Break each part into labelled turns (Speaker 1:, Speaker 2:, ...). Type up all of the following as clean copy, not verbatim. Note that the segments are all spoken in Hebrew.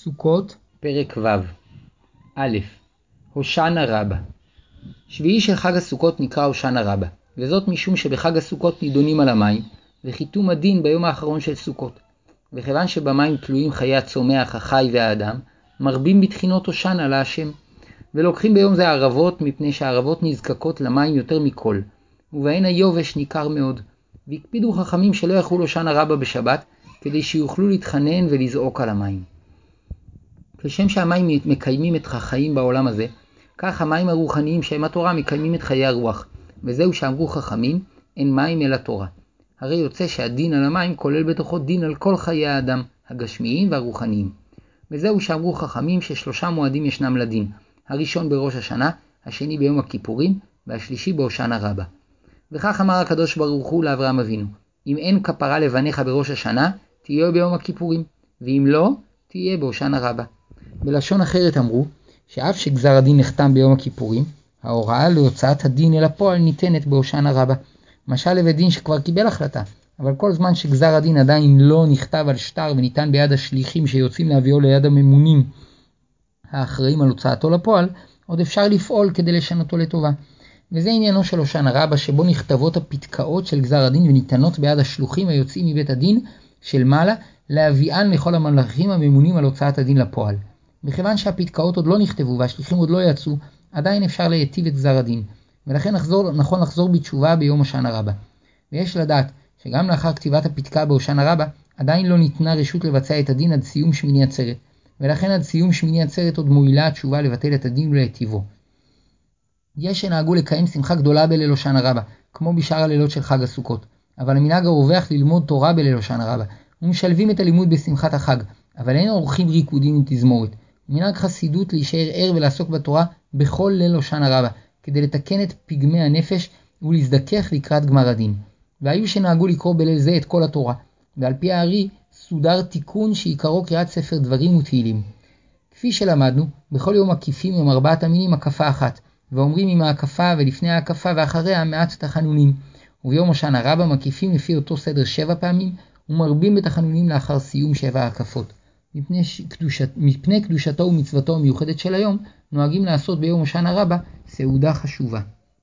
Speaker 1: סוכות, פרק ו' א', הושענא רבה. שביעי של חג הסוכות נקרא הושענא רבה, וזאת משום שבחג הסוכות נידונים על המים, וחיתום הדין ביום האחרון של סוכות. וכיוון שבמים תלויים חיי הצומח, החי והאדם, מרבים בתחינות הושענא להשם. ולוקחים ביום זה הערבות, מפני שהערבות נזקקות למים יותר מכל, ובהן היובש ניכר מאוד. והקפידו חכמים שלא יחול הושענא רבה בשבת, כדי שיוכלו להתחנן ולזעוק על המים. כשם שהמים מקיימים את החיים בעולם הזה, כך המים הרוחניים שהם התורה מקיימים את חיי הרוח, וזהו שאמרו חכמים, אין מים אלא תורה. הרי יוצא שהדין על המים כולל בתוכו דין על כל חיי האדם, הגשמיים והרוחניים. וזהו שאמרו חכמים ששלושה מועדים ישנם לדין, הראשון בראש השנה, השני ביום הכיפורים, והשלישי בהושענא רבה. וכך אמר הקדוש ברוך הוא לאברהם אבינו, אם אין כפרה לבניך בראש השנה, תהיה ביום הכיפורים, ואם לא, תהיה בהושענא רבה. בלשון אחרת אמרו, שאף שגזר הדין נחתם ביום הכיפורים, ההוראה להוצאת הדין אל הפועל ניתנת בהושענא רבה. משל לבית דין שכבר קיבל החלטה, אבל כל זמן שגזר הדין עדיין לא נכתב על שטר וניתן ביד השליחים שיוצאים להביאו ליד הממונים האחראים על הוצאתו לפועל, עוד אפשר לפעול כדי לשנותו לטובה. וזה עניינו של הושענא רבה, שבו נכתבות הפתקאות של גזר הדין וניתנות ביד השלוחים היוצאים מבית הדין של מעלה להביאן לכל המלאכים הממונים על הוצאת הדין לפועל. מכיוון שהפתקאות עוד לא נכתבו והשליחים עוד לא יצאו, עדיין אפשר להיטיב את גזר הדין, ולכן נכון לחזור בתשובה ביום הושענא רבה. ויש לדעת שגם לאחר כתיבת הפתקה בהושענא רבה, עדיין לא ניתנה רשות לבצע את הדין עד סיום שמיני עצרת, ולכן עד סיום שמיני עצרת עוד מועילה התשובה לבטל את הדין ולהיטיבו. יש שנהגו לקיים שמחה גדולה בליל הושענא רבה, כמו בשאר הלילות של חג הסוכות, אבל המנהג הרווח ללמוד תורה בליל הושענא רבה, ומשלבים את הלימוד בשמחת החג, אבל אין עורכים ריקודים עם תזמורת. מנהג חסידות להישאר ער ולעסוק בתורה בכל ליל הושענא רבה, כדי לתקן את פגמי הנפש ולהזדכך לקראת גמר הדין. והיו שנהגו לקרוא בליל זה את כל התורה, ועל פי הארי סודר תיקון שעיקרו קריאת ספר דברים ותהילים. כפי שלמדנו, בכל יום מקיפים עם ארבעת המינים הקפה אחת, ואומרים עם ההקפה ולפני ההקפה ואחריה מעט תחנונים, וביום הושענא רבה מקיפים לפי אותו סדר 7 פעמים, ומרבים בתחנונים לאחר סיום 7 ההקפות. מפני קדושתו ומצוותו המיוחדת של היום, נוהגים לעשות ביום הושענא רבה סעודה חשובה.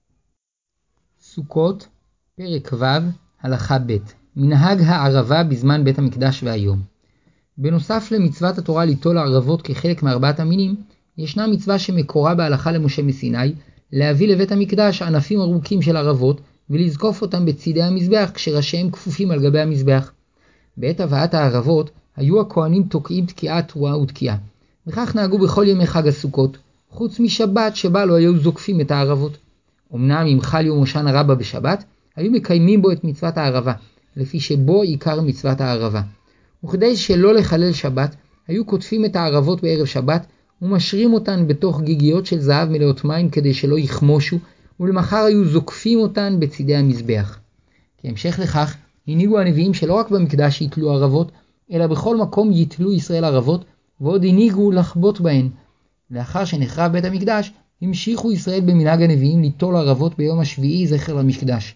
Speaker 1: סוכות, פרק ו' הלכה ב' מנהג הערבה בזמן בית המקדש והיום. בנוסף למצוות התורה ליטול הערבות כחלק מארבעת המינים, ישנה מצווה שמקורה בהלכה למשה מסיני, להביא לבית המקדש ענפים ארוכים של ערבות ולזקוף אותם בצידי המזבח כשראשיהם כפופים על גבי המזבח. בעת הבאת הערבות היו הכהנים תוקעים תקיעת תרועה ותקיעה, וכך נהגו בכל ימי חג הסוכות, חוץ משבת שבה לא היו זוקפים את הערבות. אמנם אם חל יום הושענא רבה בשבת, היו מקיימים בו את מצוות הערבה, לפי שבו עיקר מצוות הערבה. וכדי שלא לחלל שבת, היו כותפים את הערבות בערב שבת, ומשרים אותן בתוך גיגיות של זהב מלאות מים כדי שלא יחמושו, ולמחר היו זוקפים אותן בצידי המזבח. כהמשך לכך, הנהיגו הנביאים שלא רק במקדש יתלו ערבות, אלא בכל מקום יתלו ישראל ערבות, ועוד הנהיגו לחבוט בהן. לאחר שנחרב בית המקדש, המשיכו ישראל במנהג הנביאים ליטול ערבות ביום השביעי זכר למקדש.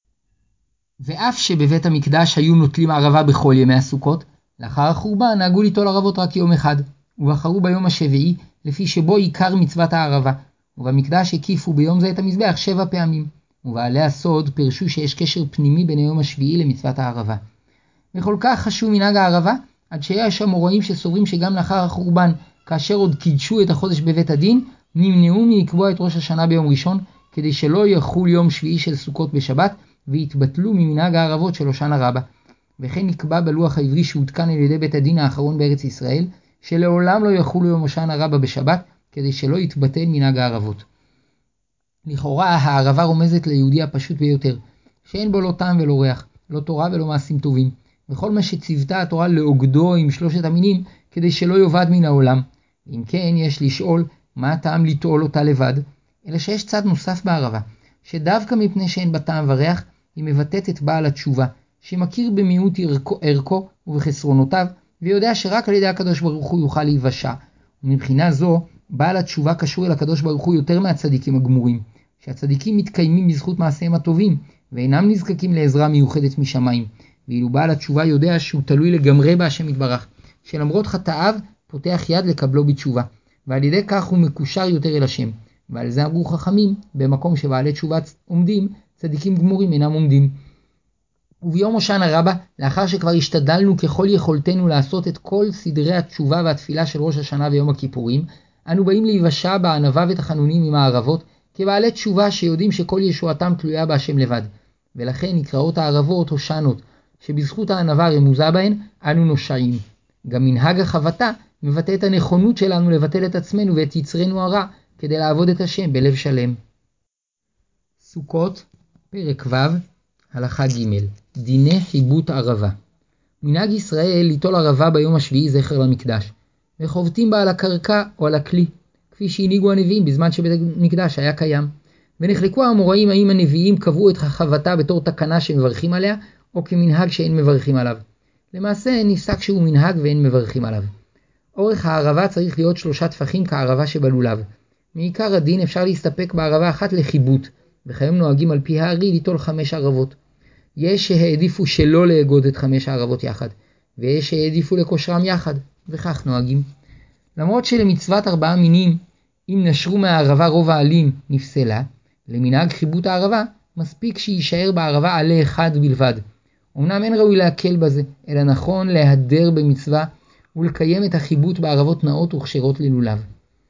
Speaker 1: ואף שבבית המקדש היו נוטלים ערבה בכל ימי הסוכות, לאחר החורבן נהגו ליטול ערבות רק יום אחד, ובחרו ביום השביעי לפי שבו עיקר מצוות הערבה, ובמקדש הקיפו ביום זה את המזבח 7 פעמים, ובעלי הסוד פרשו שיש קשר פנימי בין היום השביעי למצוות הערבה. וכל כך חשוב מנהג הערבה, עד שיש אמוראים שסוברים שגם לאחר החורבן, כאשר עוד קידשו את החודש בבית הדין, נמנעו מלקבוע את ראש השנה ביום ראשון, כדי שלא יחול יום שביעי של סוכות בשבת, והתבטלו ממנהג הערבות של הושענא רבה. וכן נקבע בלוח העברי שהותקן על ידי בית הדין האחרון בארץ ישראל, שלעולם לא יחול יום הושענא רבה בשבת, כדי שלא יתבטל מנהג הערבות. לכאורה הערבה רומזת ליהודי הפשוט ביותר, שאין בו לא טעם ולא ריח, לא תורה ולא מעשים טובים, וכל מה שציוותה התורה לאוגדו עם 3 המינים, כדי שלא יאבד מן העולם. אם כן, יש לשאול מה הטעם ליטול אותה לבד, אלא שיש צד נוסף בערבה, שדווקא מפני שאין בה טעם וריח, היא מבטאת את בעל התשובה, שמכיר במיעוט ערכו ובחסרונותיו, ויודע שרק על ידי הקדוש ברוך הוא יוכל להיוושע. ומבחינה זו, בעל התשובה קשור אל הקדוש ברוך הוא יותר מהצדיקים הגמורים, שהצדיקים מתקיימים בזכות מעשיהם הטובים, ואינם נזקקים לעזרה מיוחדת משמיים, ואילו בעל התשובה יודע שהוא תלוי לגמרי בהשם יתברך, שלמרות חטאיו פותח יד לקבלו בתשובה, ועל ידי כך הוא מקושר יותר אל השם. ועל זה אמרו חכמים, במקום שבעלי תשובה עומדים, צדיקים גמורים אינם עומדים. וביום הושענא רבה, לאחר שכבר השתדלנו ככל יכולתנו לעשות את כל סדרי התשובה והתפילה של ראש השנה ויום הכיפורים, אנו באים להיוושע בענווה ותחנונים עם הערבות, כבעלי תשובה שיודעים שכל ישועתם תלויה בהשם לבד. ולכן נקראות הערבות הושענות, שבזכות הענווה רמוזה בהן, אנו נושעים. גם מנהג החבטה מבטא את הנכונות שלנו לבטל את עצמנו ואת יצרנו הרע, כדי לעבוד את השם בלב שלם. סוכות, פרק ו', הלכה ג', דיני חיבוט ערבה. מנהג ישראל ליטול ערבה ביום השביעי זכר למקדש, וחובטים בה על הקרקע או על הכלי, כפי שהנהיגו הנביאים בזמן שבית המקדש היה קיים. ונחלקו האמוראים האם הנביאים קבעו את החבטה בתור תקנה שמברכים עליה, או כמנהג שאין מברכים עליו. למעשה נפסק שהוא מנהג ואין מברכים עליו. אורך הערבה צריך להיות 3 טפחים כערבה שבלולב. מעיקר הדין אפשר להסתפק בערבה אחת לחיבוט, וכיום נוהגים על פי הארי ליטול 5 ערבות. יש שהעדיפו שלא לאגוד את 5 הערבות יחד, ויש שהעדיפו לקושרם יחד, וכך נוהגים. למרות שלמצוות 4 מינים, אם נשרו מהערבה רוב העלים נפסלה, למנהג חיבוט הערבה מספיק שישאר בערבה עלה אחד בלבד. אמנם אין ראוי להקל בזה, אלא נכון להדר במצווה ולקיים את החיבוט בערבות נאות וכשרות ללולב.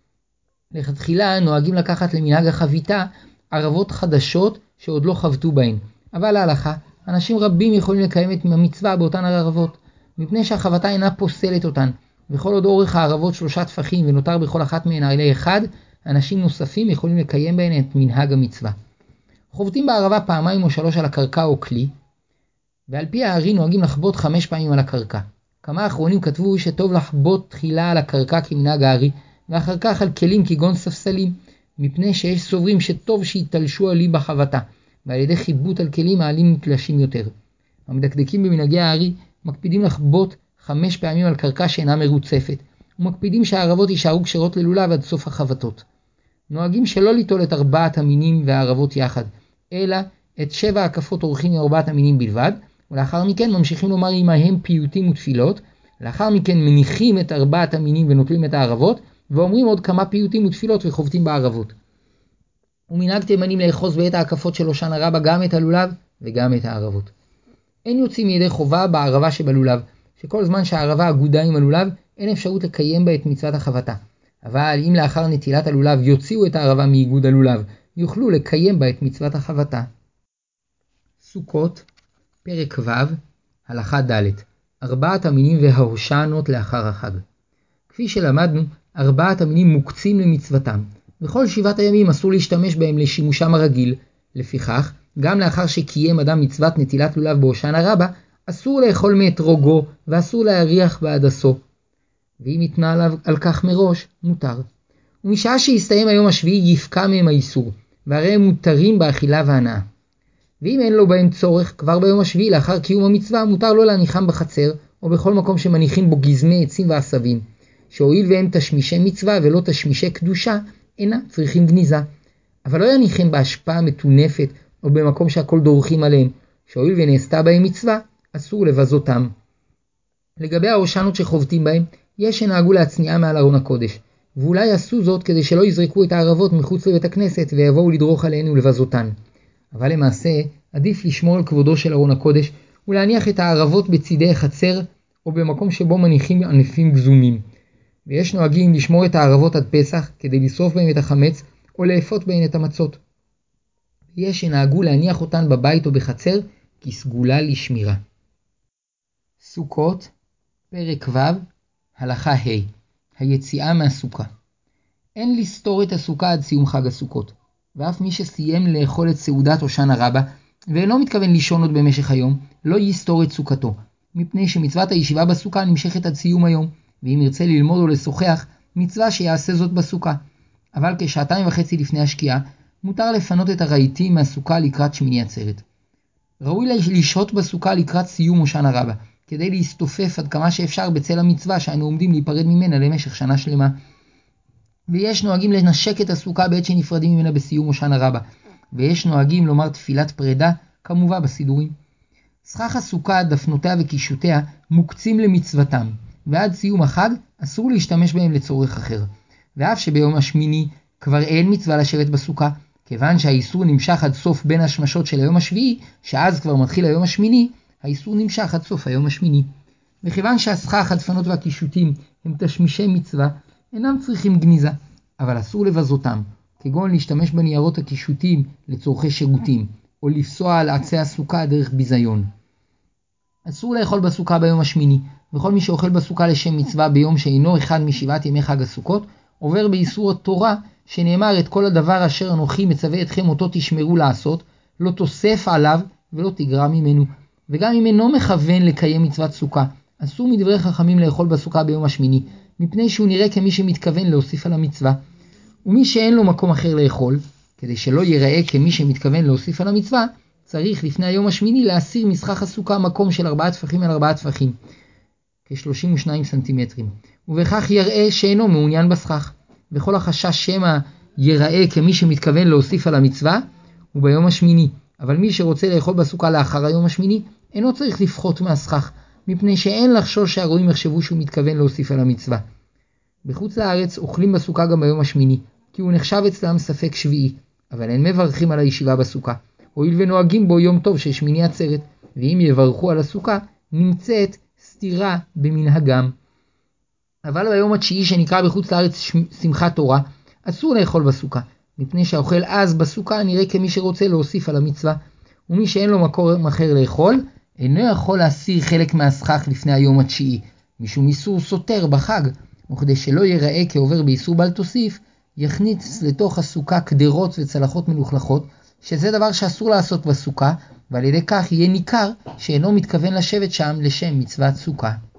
Speaker 1: לכתחילה נוהגים לקחת למנהג החביתה ערבות חדשות שעוד לא חבטו בהן, אבל להלכה, אנשים רבים יכולים לקיים את המצווה באותן ערבות, מפני שהחבטה אינה פוסלת אותן, וכל עוד אורך הערבות 3 טפחים ונותר בכל אחת מהן עלה אחד, אנשים נוספים יכולים לקיים בהן את מנהג המצווה. חובטים בערבה 2 או 3 על הקרקע או כלי, ועל פי הארי נוהגים לחבוט 5 פעמים על הקרקע. כמה אחרונים כתבו שטוב לחבוט תחילה על הקרקע כמנהג הארי, ואחר כך על כלים כגון ספסלים, מפני שיש סוברים שטוב שיתלשו עלי בחבטה, ועל ידי חיבוט על כלים העלים מתלשים יותר. המדקדקים במנהגי הארי מקפידים לחבוט 5 פעמים על קרקע שאינה מרוצפת, ומקפידים שהערבות יישארו כשרות ללולב עד סוף החבטות. נוהגים שלא ליטול את 4 המינים והערבות יחד, אלא את 7 הקפות עורכים מ4 המינים בלבד, ולאחר מכן ממשיכים לומר עמהם פיוטים ותפילות, לאחר מכן מניחים את 4 המינים ונוטלים את הערבות, ואומרים עוד כמה פיוטים ותפילות וחובטים בערבות. ומנהג תימנים לאחוז בעת ההקפות של הושענא רבה גם את הלולב וגם את הערבות. אין יוצאים מידי חובה בערבה שבלולב, שכל זמן שהערבה אגודה עם הלולב, אין אפשרות לקיים בה את מצוות החבטה. אבל אם לאחר נטילת הלולב יוציאו את הערבה מאיגוד הלולב, יוכלו לקיים בה את מצוות החבטה. סוכות, פרק ו', הלכה ד', 4 המינים וההושענות לאחר החג. כפי שלמדנו, 4 המינים מוקצים למצוותם, וכל 7 הימים אסור להשתמש בהם לשימושם הרגיל. לפיכך, גם לאחר שקיים אדם מצוות נטילת לולב בהושענא רבה, אסור לאכול מאתרוגו ואסור להריח בהדסו. ואם ניתנה עליו על כך מראש, מותר. ומשעה שיסתיים היום השביעי יפקע מהם האיסור, והרי הם מותרים באכילה והנאה. ואם אין לו בהם צורך, כבר ביום השביעי לאחר קיום המצווה מותר לו להניחם בחצר, או בכל מקום שמניחים בו גזמי עצים ועשבים, שהואיל והם תשמישי מצווה ולא תשמישי קדושה, אינה צריכים גניזה. אבל לא יניחם בהשפעה מטונפת, או במקום שהכל דורכים עליהם, שהואיל ונעשתה בהם מצווה, אסור לבזותם. לגבי ההושענות שחובטים בהם, יש שנהגו להצניעה מעל ארון הקודש, ואולי עשו זאת כדי שלא יזרקו את הערבות מחוץ לבית הכנסת ויבואו לדרוך עליהן ולבזותן. אבל למעשה, עדיף לשמור על כבודו של ארון הקודש, ולהניח את הערבות בצידי החצר, או במקום שבו מניחים ענפים גזומים. ויש נוהגים לשמור את הערבות עד פסח, כדי לשרוף בהם את החמץ, או לאפות בהן את המצות. ויש שנהגו להניח אותן בבית או בחצר, כסגולה לשמירה. סוכות, פרק ו', הלכה ה', היציאה מהסוכה. אין לסתור את הסוכה עד סיום חג הסוכות, ואף מי שסיים לאכול את סעודת הושענא רבה, ואינו מתכוון לישון עוד במשך היום, לא יסתור את סוכתו, מפני שמצוות הישיבה בסוכה נמשכת עד סיום היום, ואם ירצה ללמוד או לשוחח, מצווה שיעשה זאת בסוכה. אבל כ2.5 לפני השקיעה, מותר לפנות את הרהיטים מהסוכה לקראת שמיני עצרת. ראוי לשהות בסוכה לקראת סיום הושענא רבה, כדי להסתופף עד כמה שאפשר בצל המצווה שאנו עומדים להיפרד ממנה למשך שנה שלמה. ויש נוהגים לנשק את הסוכה בעת שנפרדים ממנה בסיום הושענא רבה, ויש נוהגים לומר תפילת פרידה, כמובן בסידורים. סכך הסוכה, דפנותיה וקישותיה מוקצים למצוותם, ועד סיום החג אסור להשתמש בהם לצורך אחר. ואף שביום השמיני כבר אין מצווה לשבת בסוכה, כיוון שהאיסור נמשך עד סוף בין השמשות של היום השביעי, שאז כבר מתחיל היום השמיני, האיסור נמשך עד סוף היום השמיני. וכיוון שהסכך, הדפנות והקישוטים הם תשמישי מצווה, אינם צריכים גניזה, אבל אסור לבזותם, כגון להשתמש בניירות הקישוטים לצורכי שירותים, או לפסוע על עצי הסוכה דרך ביזיון. אסור לאכול בסוכה ביום השמיני, וכל מי שאוכל בסוכה לשם מצווה ביום שאינו אחד משבעת ימי חג הסוכות, עובר באיסור התורה, שנאמר את כל הדבר אשר אנוכי מצווה אתכם אותו תשמרו לעשות, לא תוסף עליו ולא תגרע ממנו. וגם אם אינו מכוון לקיים מצוות סוכה, אסור מדברי חכמים לאכול בסוכה ביום השמיני, מפני שהוא נראה כמי שמתכוון להוסיף על המצווה. ומי שאין לו מקום אחר לאכול, כדי שלא ייראה כמי שמתכוון להוסיף על המצווה, צריך לפני היום השמיני להסיר מסכך הסוכה מקום של 4 טפחים על 4 טפחים, כ-32 סנטימטרים, ובכך יראה שאינו מעוניין בסכך. וכל החשש שמא ייראה כמי שמתכוון להוסיף על המצווה, הוא ביום השמיני. אבל מי שרוצה לאכול בסוכה לאחר היום השמיני, אינו צריך לפחות מהסכך, מפני שאין לחשוש שהרועים יחשבו שהוא מתכוון להוסיף על המצווה. בחוץ לארץ אוכלים בסוכה גם ביום השמיני, כי הוא נחשב אצלם ספק שביעי, אבל אין מברכים על הישיבה בסוכה, הואיל ונוהגים בו יום טוב של שמיני עצרת, ואם יברכו על הסוכה, נמצאת סתירה במנהגם. אבל ביום התשיעי שנקרא בחוץ לארץ שמחת תורה, אסור לאכול בסוכה, מפני שהאוכל אז בסוכה נראה כמי שרוצה להוסיף על המצווה, ומי שאין לו מקום אחר לאכול, אינו יכול להסיר חלק מהסכך לפני היום התשיעי, משום איסור סותר בחג, וכדי שלא ייראה כעובר באיסור בל תוסיף, יכניס לתוך הסוכה קדרות וצלחות מלוכלכות, שזה דבר שאסור לעשות בסוכה, ועל ידי כך יהיה ניכר שאינו מתכוון לשבת שם לשם מצוות סוכה.